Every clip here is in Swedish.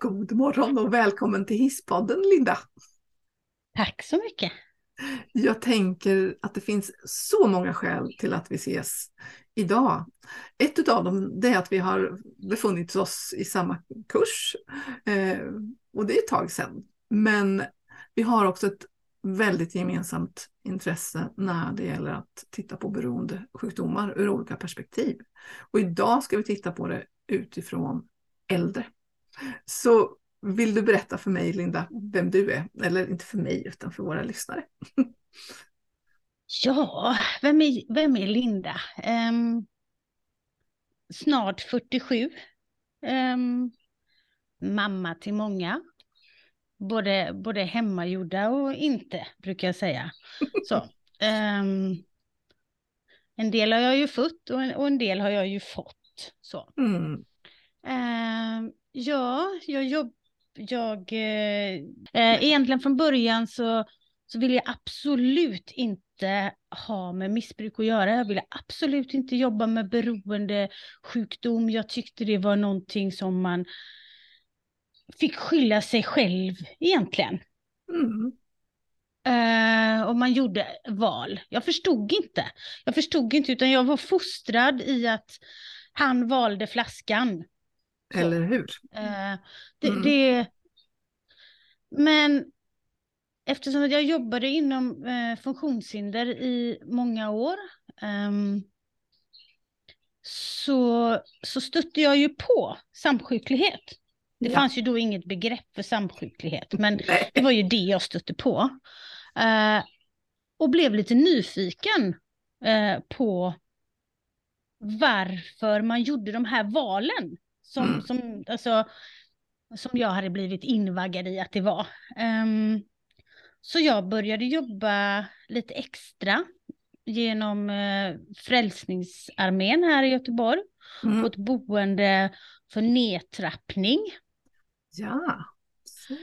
God morgon och välkommen till Hisspodden, Linda. Tack så mycket. Jag tänker att det finns så många skäl till att vi ses idag. Ett av dem är att vi har befunnit oss i samma kurs och det är ett tag sedan. Men vi har också ett väldigt gemensamt intresse när det gäller att titta på beroendesjukdomar ur olika perspektiv. Och idag ska vi titta på det utifrån äldre. Så vill du berätta för mig, Linda, vem du är? Eller inte för mig, utan för våra lyssnare. Ja, vem är Linda? Snart 47. Mamma till många. Både hemmagjorda och inte, brukar jag säga. Så, en del har jag ju fått och en del har jag ju fått. Så. Mm. Egentligen från början så ville jag absolut inte ha med missbruk att göra. Jag ville absolut inte jobba med beroendesjukdom. Jag tyckte det var någonting som man fick skylla sig själv egentligen. Mm. Och man gjorde val. Jag förstod inte utan jag var fostrad i att han valde flaskan. Så. Eller hur? Men eftersom jag jobbade inom funktionshinder i många år så stötte jag ju på samsjuklighet. Det fanns ju då inget begrepp för samsjuklighet, men det var ju det jag stötte på. Och blev lite nyfiken på varför man gjorde de här valen som jag hade blivit invaggad i att det var. Så jag började jobba lite extra genom Frälsningsarmén här i Göteborg. På ett boende för nedtrappning. Ja. Så.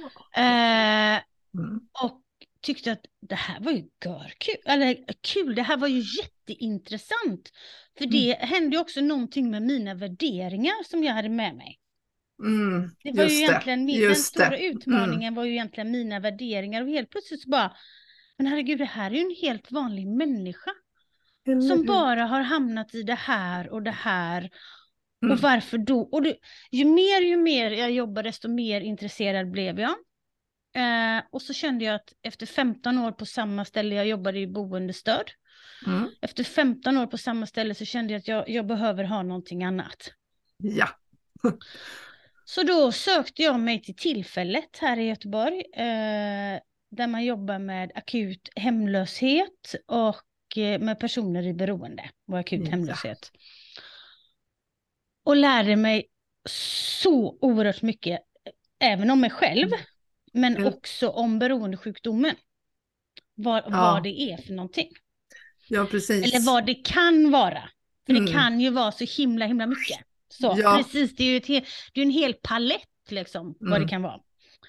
Och tyckte att det här var ju kul. Det här var ju jätteintressant. För det hände också någonting med mina värderingar som jag hade med mig. Det var ju egentligen den stora utmaningen var ju egentligen mina värderingar. Och helt plötsligt så bara, men herregud, det här är ju en helt vanlig människa. Som bara har hamnat i det här och det här. Och varför då? Och ju mer jag jobbade, desto mer intresserad blev jag. Och så kände jag att efter 15 år på samma ställe, jag jobbade i boendestöd. Efter 15 år på samma ställe så kände jag att jag behöver ha någonting annat. Ja. Så då sökte jag mig till Tillfället här i Göteborg. Där man jobbar med akut hemlöshet och med personer i beroende och akut hemlöshet. Och lärde mig så oerhört mycket, även om mig själv, men också om beroendesjukdomen. Vad det är för någonting. Ja, precis. Eller vad det kan vara. För det kan ju vara så himla mycket. Så, precis, det är ju en hel palett liksom, vad det kan vara.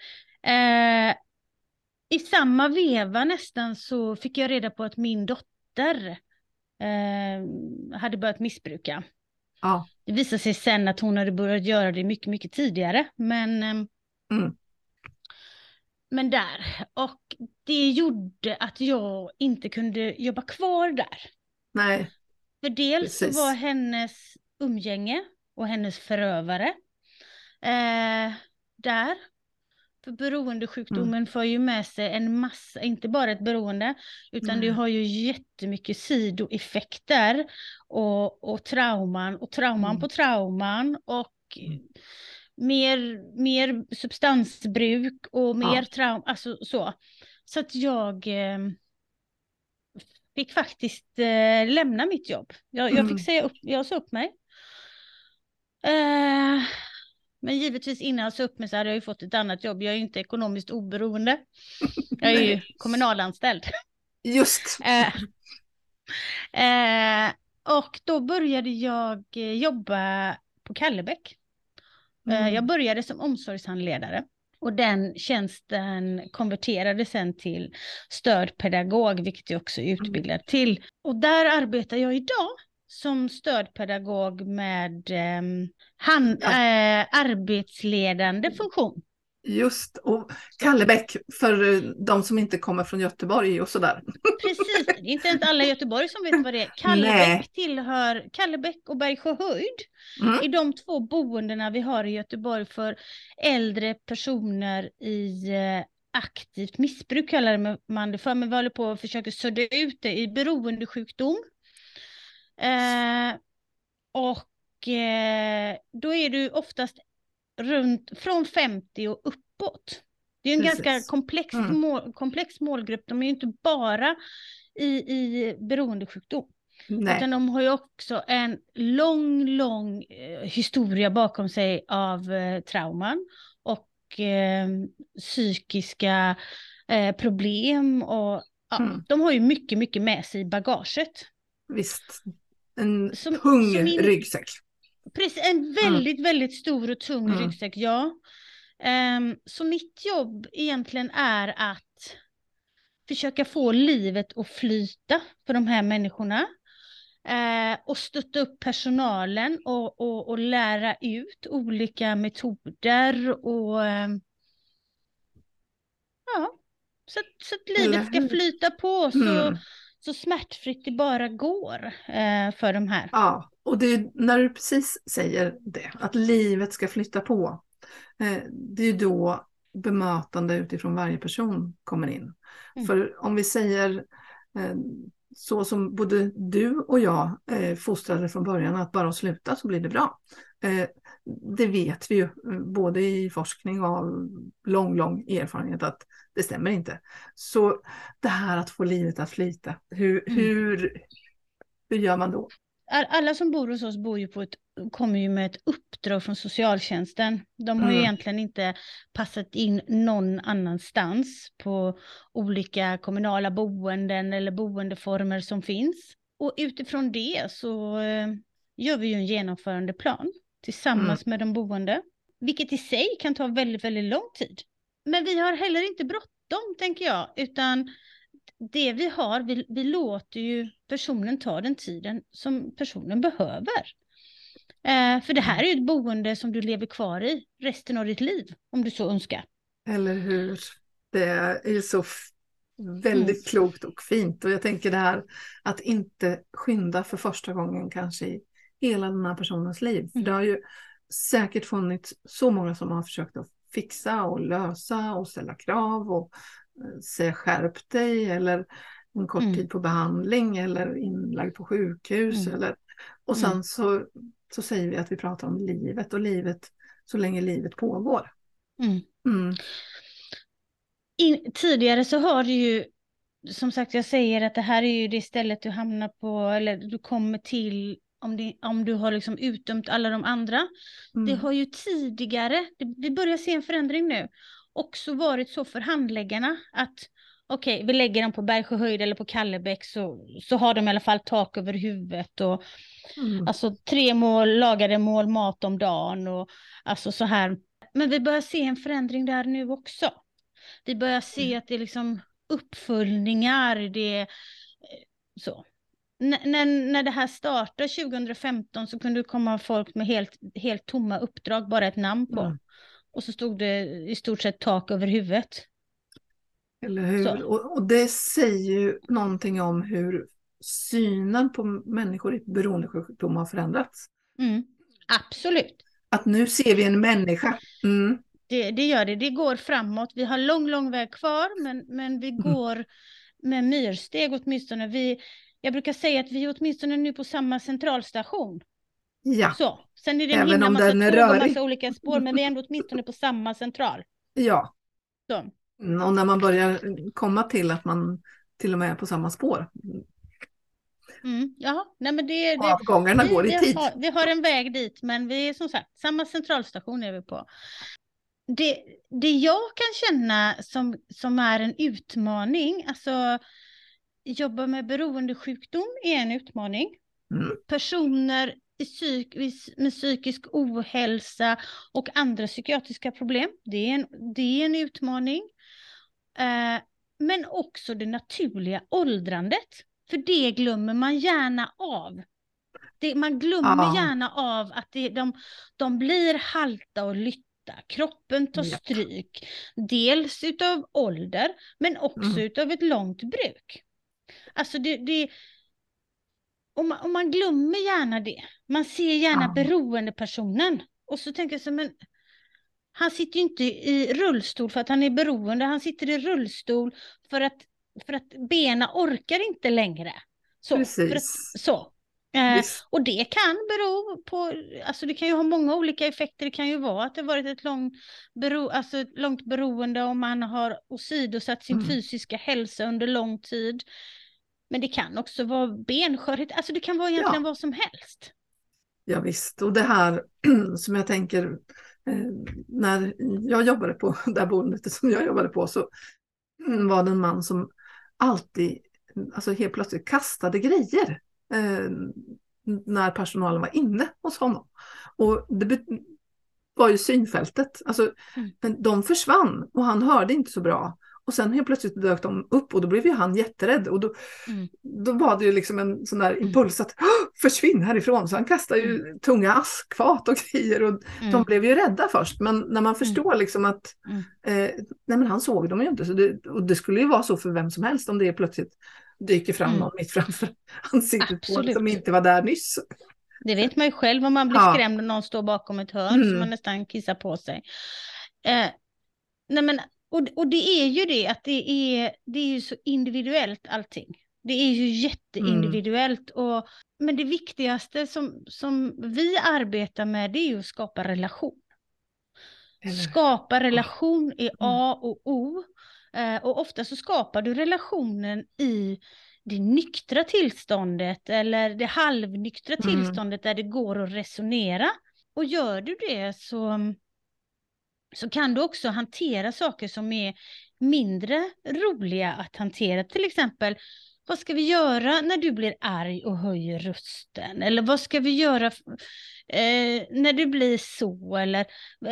I samma veva nästan så fick jag reda på att min dotter hade börjat missbruka. Ja. Det visade sig sen att hon hade börjat göra det mycket, mycket tidigare. Men där. Och det gjorde att jag inte kunde jobba kvar där. Nej. För dels så var hennes umgänge och hennes förövare där. För beroendesjukdomen får ju med sig en massa, inte bara ett beroende, utan det har ju jättemycket sidoeffekter och trauman på trauman och mer substansbruk och mer trauma, alltså så. Så att jag fick faktiskt lämna mitt jobb. Jag fick jag sa upp mig. Men givetvis innan jag sa upp mig så hade jag ju fått ett annat jobb. Jag är ju inte ekonomiskt oberoende. Jag är ju kommunalanställd. Just. Och då började jag jobba på Kallebäck. Jag började som omsorgshandledare. Och den tjänsten konverterade sen till stödpedagog, vilket jag också är utbildad till. Och där arbetar jag idag som stödpedagog med arbetsledande funktion. Just, och Kallebäck för de som inte kommer från Göteborg och sådär. Precis, det är inte ens alla i Göteborg som vet vad det är. Kallebäck och Bergsjöhöjd är de 2 boendena vi har i Göteborg för äldre personer i aktivt missbruk, kallar man det för, men vi håller på att försöka sudda ut det i beroendesjukdom. Då är du oftast från 50 och uppåt. Det är en ganska komplex målgrupp. De är ju inte bara i beroendesjukdom. Nej. Utan de har ju också en lång historia bakom sig av trauman och psykiska problem. Och de har ju mycket med sig i bagaget. Visst, en tung ryggsäck. Precis, en väldigt stor och tung ryggsäck, ja. Så mitt jobb egentligen är att försöka få livet att flyta för de här människorna. Och stötta upp personalen och lära ut olika metoder. Och så att livet ska flyta på så smärtfritt det bara går för de här. Ja, och det är när du precis säger det, att livet ska flytta på. Det är då bemötande utifrån varje person kommer in. För om vi säger så som både du och jag fostrade från början, att bara sluta så blir det bra. Det vet vi ju både i forskning och av lång erfarenhet att det stämmer inte. Så det här att få livet att flyta, hur gör man då? Alla som bor hos oss kommer ju med ett uppdrag från socialtjänsten. De har ju egentligen inte passat in någon annanstans på olika kommunala boenden eller boendeformer som finns. Och utifrån det så gör vi ju en genomförandeplan tillsammans med de boende. Vilket i sig kan ta väldigt lång tid. Men vi har heller inte bråttom, tänker jag, utan det vi har, vi låter ju personen ta den tiden som personen behöver. För det här är ju ett boende som du lever kvar i resten av ditt liv, om du så önskar. Eller hur? Det är så väldigt klokt och fint. Och jag tänker det här att inte skynda för första gången kanske i hela den här personens liv. För det har ju säkert funnits så många som har försökt att fixa och lösa och ställa krav och säga skärp dig eller en kort tid på behandling eller inlagd på sjukhus. Och sen så säger vi att vi pratar om livet och livet så länge livet pågår. Tidigare så har du ju, som sagt, jag säger att det här är ju det stället du hamnar på eller du kommer till om du har liksom utdömt alla de andra. Det har ju tidigare, vi börjar se en förändring nu, också varit så för handläggarna att okej, vi lägger dem på Bergsjöhöjd eller på Kallebäck så har de i alla fall tak över huvudet och alltså 3 lagade mål mat om dagen och alltså så här. Men vi börjar se en förändring där nu också. Vi börjar se att det är liksom uppföljningar, det är så. När det här startade 2015 så kunde det komma folk med helt tomma uppdrag, bara ett namn på. Och så stod det i stort sett tak över huvudet. Eller hur? Och det säger ju någonting om hur synen på människor i beroendesjukdom har förändrats. Absolut. Att nu ser vi en människa. Det gör det. Det går framåt. Vi har lång väg kvar, men vi går med myrsteg åtminstone. Jag brukar säga att vi är åtminstone nu på samma centralstation. Ja. Så. Sen är det även en om den är tåg och rörig. massa olika spår, men vi är ändå åtminstone på samma central. Ja. Så. Och när man börjar komma till att man till och med är på samma spår. Ja, nej men avgångarna går i tid. Vi har en väg dit, men vi är som sagt, samma centralstation är vi på. Det jag kan känna som är en utmaning, alltså jobba med beroendesjukdom är en utmaning. Personer med psykisk ohälsa och andra psykiatriska problem, det är en utmaning. Men också det naturliga åldrandet. För det glömmer man gärna av. Man glömmer gärna av att de blir halta och lytta. Kroppen tar stryk. Dels utav ålder, men också utav ett långt bruk. Alltså och man glömmer gärna det. Man ser gärna beroendepersonen. Och så tänker jag så, men han sitter ju inte i rullstol för att han är beroende. Han sitter i rullstol för att benen orkar inte längre. Precis. Och det kan bero på, alltså det kan ju ha många olika effekter. Det kan ju vara att det varit ett långt beroende, om man har åsidosatt sin fysiska hälsa under lång tid. Men det kan också vara benskörhet. Alltså det kan vara egentligen vad som helst. Ja visst, och det här som jag tänker, när jag jobbade på det här boendet som jag jobbade på, så var det en man som alltid, alltså helt plötsligt kastade grejer när personalen var inne hos honom. Och det var ju synfältet. Alltså, men de försvann och han hörde inte så bra. Och sen helt plötsligt dök de upp och då blev ju han jätterädd. Och då var det ju liksom en sån där impuls att försvinna härifrån. Så han kastade ju tunga askfat och grejer. Och de blev ju rädda först. Men när man förstår liksom att nej men han såg dem ju inte. Så det skulle ju vara så för vem som helst om det plötsligt dyker fram någon mitt framför ansiktet på som inte var där nyss. Det vet man ju själv om man blir skrämd och någon står bakom ett hörn så man nästan kissar på sig. Nej men, och det är ju det att det är ju så individuellt allting. Det är ju jätteindividuellt. Men det viktigaste som vi arbetar med, det är ju att skapa relation. Skapa relation är A och O. Och ofta så skapar du relationen i det nyktra tillståndet eller det halvnyktra tillståndet där det går att resonera. Och gör du det så kan du också hantera saker som är mindre roliga att hantera. Till exempel, vad ska vi göra när du blir arg och höjer rösten? Eller vad ska vi göra när du blir så? Eller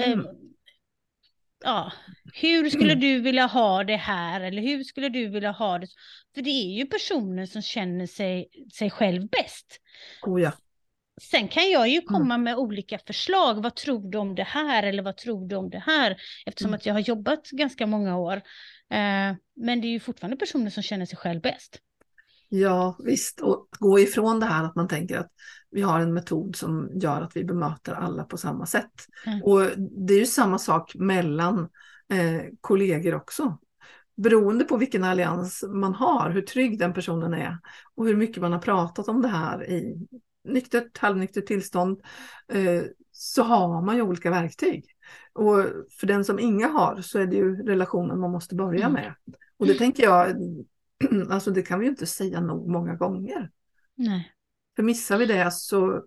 hur skulle du vilja ha det här? Eller hur skulle du vilja ha det? För det är ju personen som känner sig själv bäst. Oh ja. Sen kan jag ju komma med olika förslag. Vad tror du om det här? Eller vad tror du om det här? Eftersom att jag har jobbat ganska många år. Men det är ju fortfarande personer som känner sig själv bäst. Ja visst, och gå ifrån det här att man tänker att vi har en metod som gör att vi bemöter alla på samma sätt. Och det är ju samma sak mellan kollegor också. Beroende på vilken allians man har, hur trygg den personen är och hur mycket man har pratat om det här i nyktert, halvnyktert tillstånd, så har man ju olika verktyg. Och för den som inga har så är det ju relationen man måste börja med. Och det tänker jag, alltså det kan vi ju inte säga nog många gånger. Nej. För missar vi det så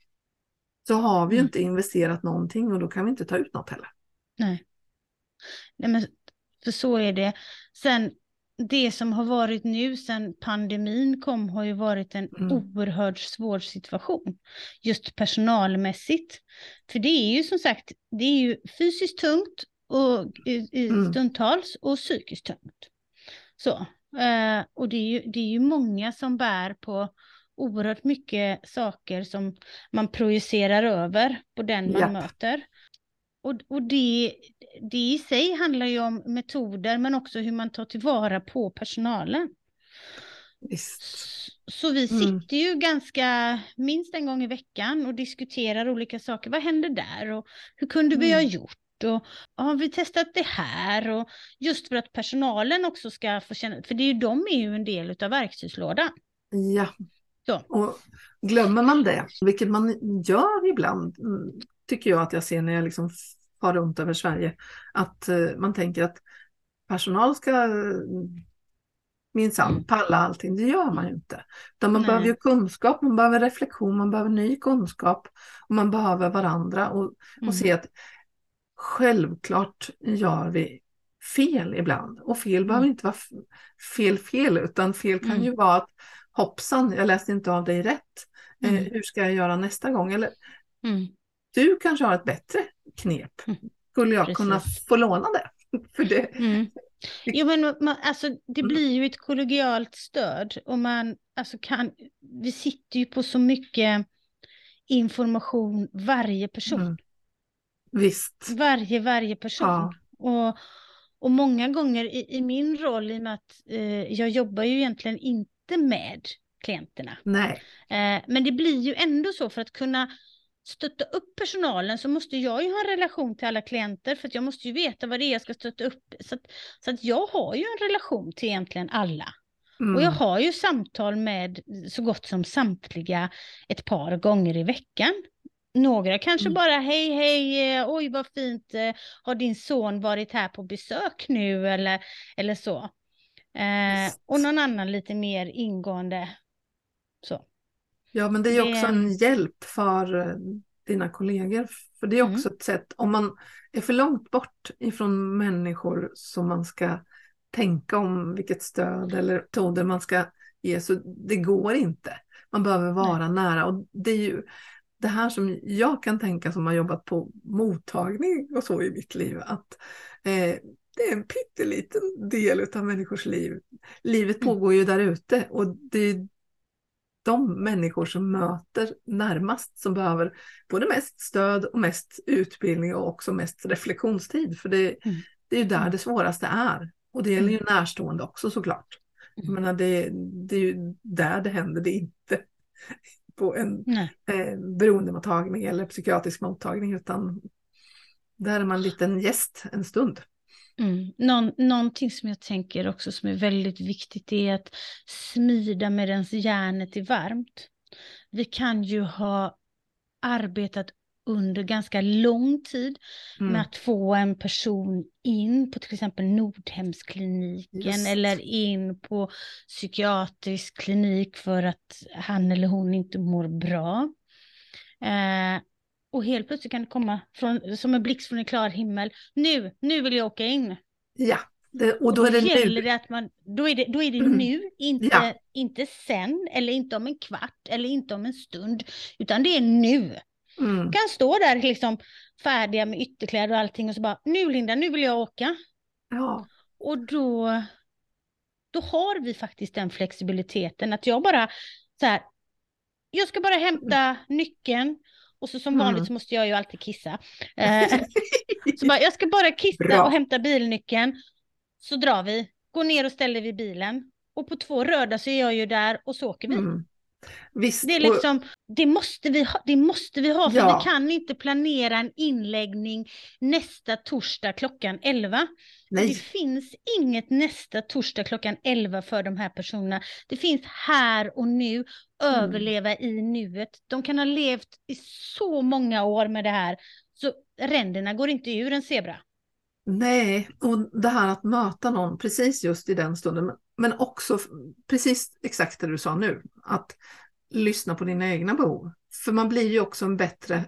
har vi ju inte investerat någonting och då kan vi inte ta ut något heller. Nej men för så är det. Sen det som har varit nu sen pandemin kom har ju varit en oerhört svår situation. Just personalmässigt. För det är ju som sagt, det är ju fysiskt tungt och stundtals och psykiskt tungt. Så. Och det är ju många som bär på oerhört mycket saker som man projicerar över på den man möter. Och det i sig handlar ju om metoder men också hur man tar tillvara på personalen. Visst. Så vi sitter ju minst en gång i veckan och diskuterar olika saker. Vad händer där och hur kunde vi ha gjort? Och har vi testat det här? Och just för att personalen också ska få känna, för de är ju en del av verktygslådan. Ja, så. Och glömmer man det, vilket man gör ibland, tycker jag att jag ser när jag liksom far runt över Sverige, att man tänker att personal ska minsann palla allting. Det gör man ju inte. Utan man behöver ju kunskap, man behöver reflektion, man behöver ny kunskap och man behöver varandra och se att självklart gör vi fel ibland. Och fel behöver inte vara fel, utan fel kan ju vara att hoppsan, jag läste inte av dig rätt. Hur ska jag göra nästa gång? Eller du kanske har ett bättre knep. Skulle jag kunna få låna det? För det. Jo, men alltså, det blir ju ett kollegialt stöd och vi sitter ju på så mycket information varje person. Visst. Varje person. Ja. Och många gånger i min roll, i och med att jag jobbar ju egentligen inte med klienterna. Nej. Men det blir ju ändå så, för att kunna stötta upp personalen så måste jag ju ha en relation till alla klienter, för att jag måste ju veta vad det är jag ska stötta upp. Så att jag har ju en relation till egentligen alla. Och jag har ju samtal med så gott som samtliga ett par gånger i veckan. Några kanske bara hej, oj vad fint, har din son varit här på besök nu eller så. Och någon annan lite mer ingående så. Ja, men det är också en hjälp för dina kollegor. För det är också ett sätt, om man är för långt bort ifrån människor som man ska tänka om vilket stöd eller metoder man ska ge, så det går inte. Man behöver vara nära, och det är ju det här som jag kan tänka, som har jobbat på mottagning och så i mitt liv, att det är en pytteliten del av människors liv. Livet pågår ju där ute, och det är de människor som möter närmast som behöver både mest stöd och mest utbildning och också mest reflektionstid. För det är ju där det svåraste är. Och det gäller ju närstående också såklart. Jag menar, det är ju där det händer, det är inte på en beroendemottagning eller psykiatrisk mottagning, utan där är man en liten gäst en stund. Någonting som jag tänker också som är väldigt viktigt är att smida medan järnet är varmt. Vi kan ju ha arbetat under ganska lång tid med att få en person in på till exempel Nordhemskliniken eller in på psykiatrisk klinik för att han eller hon inte mår bra. Och helt plötsligt kan det komma som en blixt från en klar himmel. Nu vill jag åka in. Ja, och då är det gäller nu. Det att då är det nu, inte sen, eller inte om en kvart, eller inte om en stund, utan det är nu. Kan stå där liksom färdiga med ytterkläder och allting, och så bara, nu Linda, nu vill jag åka. Ja. Och då har vi faktiskt den flexibiliteten att jag bara så här, jag ska bara hämta nyckeln. Och så som vanligt så måste jag ju alltid kissa. Så bara, jag ska bara kissa och hämta bilnyckeln. Så drar vi. Går ner och ställer vid bilen. Och på 2 röda så är jag ju där och så åker vi. Visst. Det är liksom, det måste vi ha. För Ja. vi kan inte planera en inläggning nästa torsdag klockan 11. Nej. Det finns inget nästa torsdag klockan 11 för de här personerna. Det finns här och nu, överleva i nuet. De kan ha levt i så många år med det här. Så ränderna går inte ur en zebra. Nej, och det här att möta någon precis just i den stunden. Men också precis exakt det du sa nu. Att lyssna på dina egna behov. För man blir ju också en bättre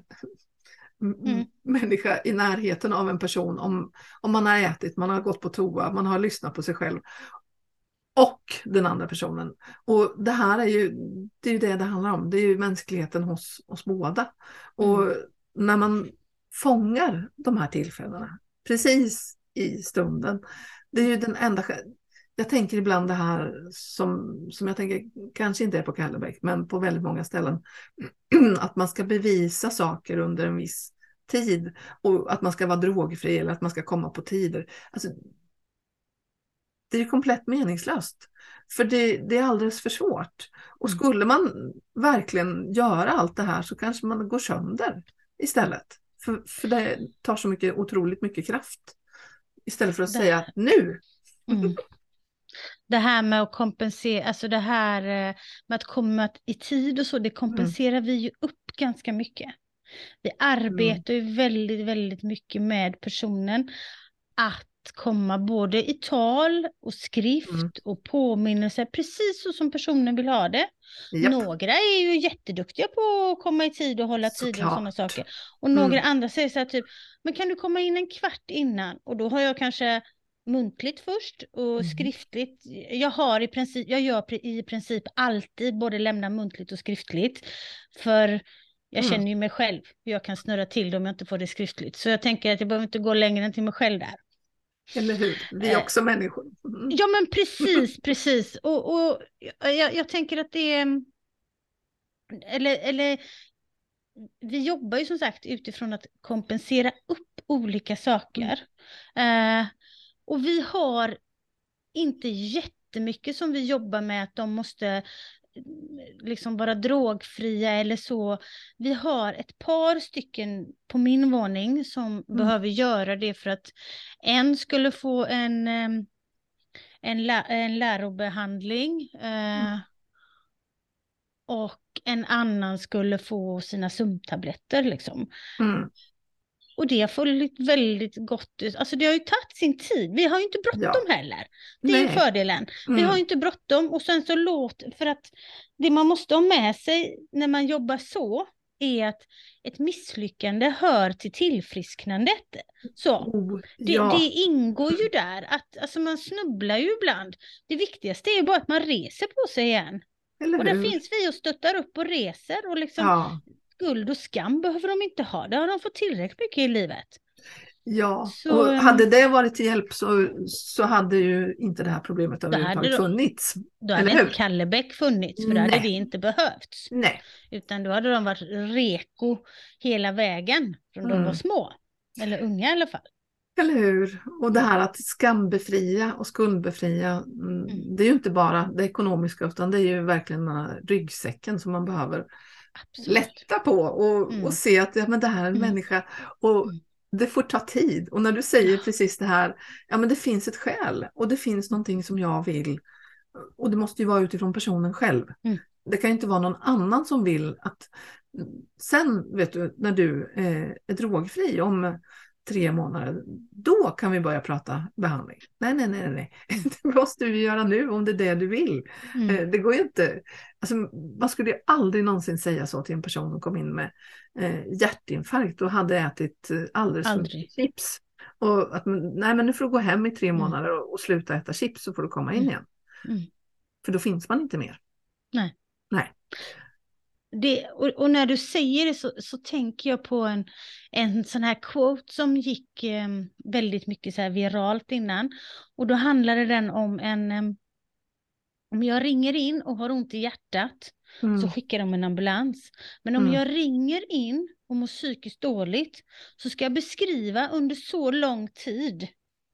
människa i närheten av en person om man har ätit, man har gått på toa, man har lyssnat på sig själv och den andra personen. Och det här är ju det handlar om. Det är ju mänskligheten hos oss båda. Och när man fångar de här tillfällena precis i stunden, det är ju den enda. Jag tänker ibland det här som jag tänker kanske inte är på Kallebäck, men på väldigt många ställen, att man ska bevisa saker under en viss tid och att man ska vara drogfri eller att man ska komma på tider. Alltså, det är komplett meningslöst, för det är alldeles för svårt. Och skulle man verkligen göra allt det här så kanske man går sönder istället. För det tar så otroligt mycket kraft istället för att säga nu. Det här med att kompensera, alltså det här med att komma i tid och så, det kompenserar vi ju upp ganska mycket. Vi arbetar ju väldigt, väldigt mycket med personen att komma både i tal och skrift och påminnelse, precis så som personen vill ha det. Japp. Några är ju jätteduktiga på att komma i tid och hålla tider och sådana saker. Och några andra säger så här typ, men kan du komma in en kvart innan? Och då har jag kanske muntligt först och skriftligt. Jag gör i princip alltid både lämna muntligt och skriftligt. För jag känner ju mig själv. Jag kan snurra till det om jag inte får det skriftligt. Så jag tänker att jag behöver inte gå längre än till mig själv där. Eller hur? Vi är också människor. Ja, men precis. Och jag tänker att det är... Eller vi jobbar ju som sagt utifrån att kompensera upp olika saker. Och vi har inte jättemycket som vi jobbar med att de måste liksom vara drogfria eller så. Vi har ett par stycken på min våning som behöver göra det för att en skulle få en lärobehandling och en annan skulle få sina sömntabletter liksom. Och det har följt väldigt gott ut. Alltså det har ju tagit sin tid. Vi har ju inte bråttom heller. Det är ju fördelen. Vi har ju inte bråttom. Och sen så för att det man måste ha med sig när man jobbar så är att ett misslyckande hör till tillfrisknandet. Så det ingår ju där. Att, alltså man snubblar ju ibland. Det viktigaste är ju bara att man reser på sig igen. Och där finns vi och stöttar upp och reser. Och liksom skuld och skam behöver de inte ha. Det har de fått tillräckligt mycket i livet. Ja, och hade det varit till hjälp så hade ju inte det här problemet överhuvudtaget funnits. Då hade inte Kallebäck funnits, för då hade det inte behövts. Nej. Utan då hade de varit reko hela vägen från de var små. Eller unga i alla fall. Eller hur? Och det här att skambefria och skuldbefria, det är ju inte bara det ekonomiska, utan det är ju verkligen den här ryggsäcken som man behöver lätta på och se att men det här är en människa och det får ta tid. Och när du säger precis det här, men det finns ett skäl och det finns någonting som jag vill, och det måste ju vara utifrån personen själv. Det kan ju inte vara någon annan som vill att sen, vet du, när du är drogfri om 3 månader, då kan vi börja prata behandling. Nej. Det måste vi göra nu om det är det du vill. Det går ju inte. Alltså, man skulle ju aldrig någonsin säga så till en person som kom in med hjärtinfarkt och hade ätit alldeles för mycket chips. Och att, nej, men nu får du gå hem i 3 månader och sluta äta chips, så får du komma in igen. För då finns man inte mer. Nej. Och när du säger det så tänker jag på en sån här quote som gick väldigt mycket så här viralt innan. Och då handlade den om om jag ringer in och har ont i hjärtat så skickar de en ambulans. Men om jag ringer in och mår psykiskt dåligt så ska jag beskriva under så lång tid.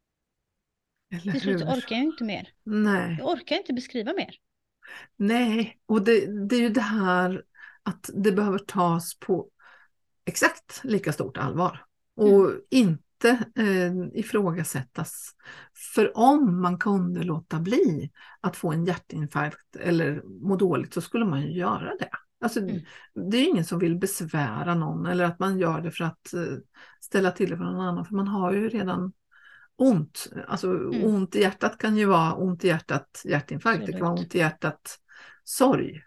Till slut orkar jag inte mer. Nej. Jag orkar inte beskriva mer. Nej, och det är ju det här att det behöver tas på exakt lika stort allvar och inte ifrågasättas. För om man kunde låta bli att få en hjärtinfarkt eller må dåligt, så skulle man ju göra det. Alltså, det är ingen som vill besvära någon, eller att man gör det för att ställa till det för någon annan, för man har ju redan ont. Alltså ont i hjärtat kan ju vara ont i hjärtat hjärtinfarkt, det kan vara ont i hjärtat sorg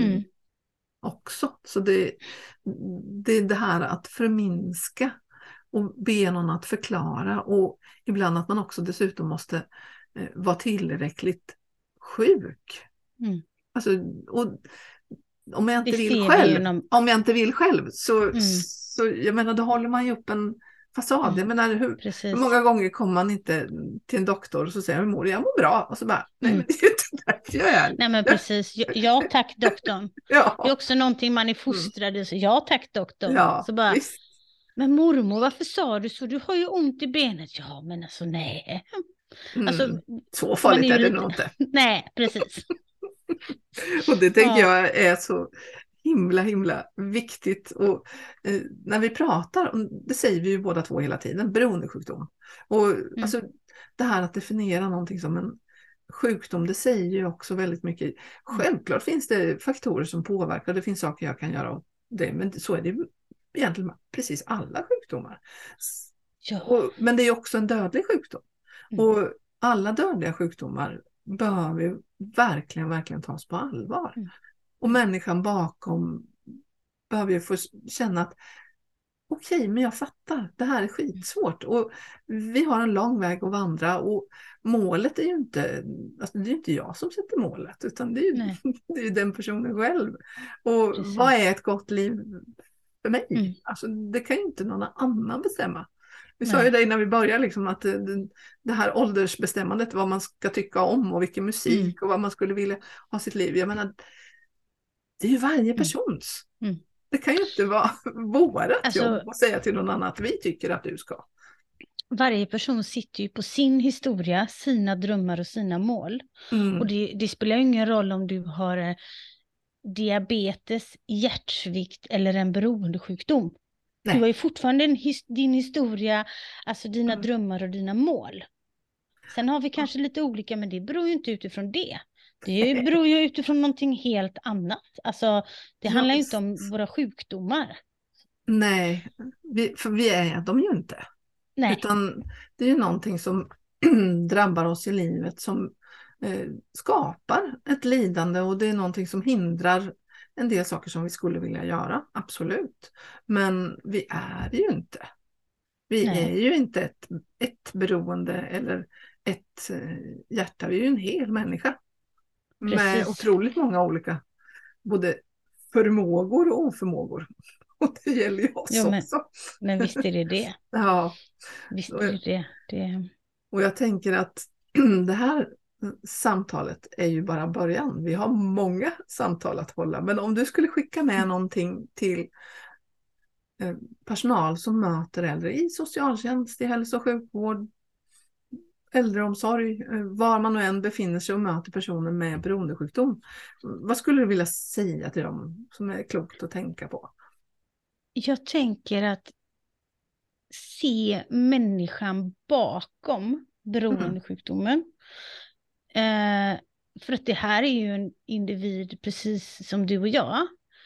också. Så det är det här att förminska och be någon att förklara, och ibland att man också dessutom måste vara tillräckligt sjuk. Alltså, och om jag inte vill själv så jag menar, då håller man ju upp en fasad. Jag menar, hur många gånger kommer man inte till en doktor och så säger hur mår du? Jag mår bra. Och så bara, nej men det är inte därför jag är. Nej men precis, ja tack doktorn. Det är också någonting man är fostrad, så ja tack doktorn. Ja, så bara, visst. Men mormor, varför sa du så? Du har ju ont i benet. Ja men alltså nej. Alltså, så farligt är det nog inte. Nej, precis. Och det tänker jag är så himla viktigt. Och när vi pratar om, det säger vi ju båda två hela tiden, beroendesjukdom. Och alltså det här att definiera någonting som en sjukdom, det säger ju också väldigt mycket. Självklart finns det faktorer som påverkar, det finns saker jag kan göra åt det, men så är det egentligen precis alla sjukdomar. Men det är också en dödlig sjukdom. Och alla dödliga sjukdomar behöver verkligen tas på allvar. Och människan bakom behöver ju få känna att okej, men jag fattar, det här är skitsvårt och vi har en lång väg att vandra, och målet är ju inte, alltså det är ju inte jag som sätter målet, utan det är ju, det är ju den personen själv. Och vad är ett gott liv för mig? Alltså det kan ju inte någon annan bestämma. Vi sa ju det när vi började liksom, att det här åldersbestämmandet, vad man ska tycka om och vilken musik och vad man skulle vilja ha sitt liv. Jag menar, det är ju varje persons. Det kan ju inte vara vårat Alltså, jobb att säga till någon annan att vi tycker att du ska. varje person sitter ju på sin historia, sina drömmar och sina mål. Och det spelar ju ingen roll om du har diabetes, hjärtsvikt eller en beroendesjukdom. Nej. Du har ju fortfarande din historia, alltså dina drömmar och dina mål. Sen har vi kanske lite olika, men det beror ju inte utifrån det. Det beror ju utifrån någonting helt annat. Alltså, det handlar ju inte om våra sjukdomar. Nej, för vi är de ju inte. Nej. Utan det är ju någonting som drabbar oss i livet som skapar ett lidande, och det är någonting som hindrar en del saker som vi skulle vilja göra, absolut. Men vi är ju inte. Vi är ju inte ett beroende eller ett hjärta, vi är ju en hel människa. Med otroligt många olika både förmågor och oförmågor. Och det gäller ju oss också. Men visst är det det. Ja. Visst är det. Och jag tänker att det här samtalet är ju bara början. Vi har många samtal att hålla. Men om du skulle skicka med någonting till personal som möter äldre i socialtjänst, i hälso- och sjukvård, äldreomsorg, var man nu än befinner sig och möter personer med beroendesjukdom. Vad skulle du vilja säga till dem som är klokt att tänka på? Jag tänker att se människan bakom beroendesjukdomen. För att det här är ju en individ precis som du och jag.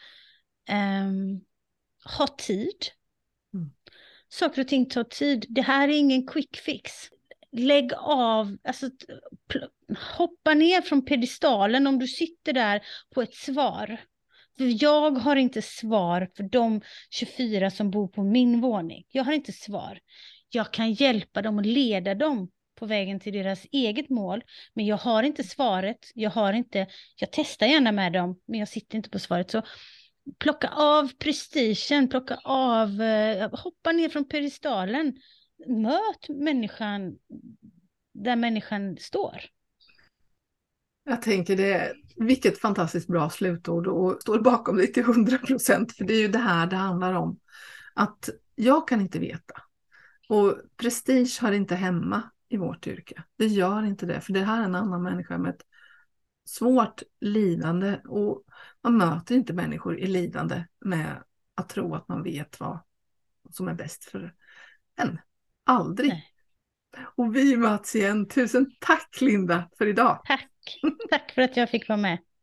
Ha tid. Saker och ting tar tid. Det här är ingen quick fix. Lägg av, alltså hoppa ner från pedestalen om du sitter där på ett svar. För jag har inte svar för de 24 som bor på min våning. Jag har inte svar. Jag kan hjälpa dem och leda dem på vägen till deras eget mål. Men jag har inte svaret. Jag testar gärna med dem, men jag sitter inte på svaret. Så plocka av prestigen, hoppa ner från pedestalen. Möt människan där människan står. Jag tänker vilket fantastiskt bra slutord, och står bakom det till 100%, för det är ju det här det handlar om. Att jag kan inte veta. Och prestige har inte hemma i vårt yrke. Det gör inte det, för det här är en annan människa med ett svårt lidande, och man möter inte människor i lidande med att tro att man vet vad som är bäst för en. Aldrig. Nej. Och vi möts igen. Tusen tack Linda för idag. Tack för att jag fick vara med.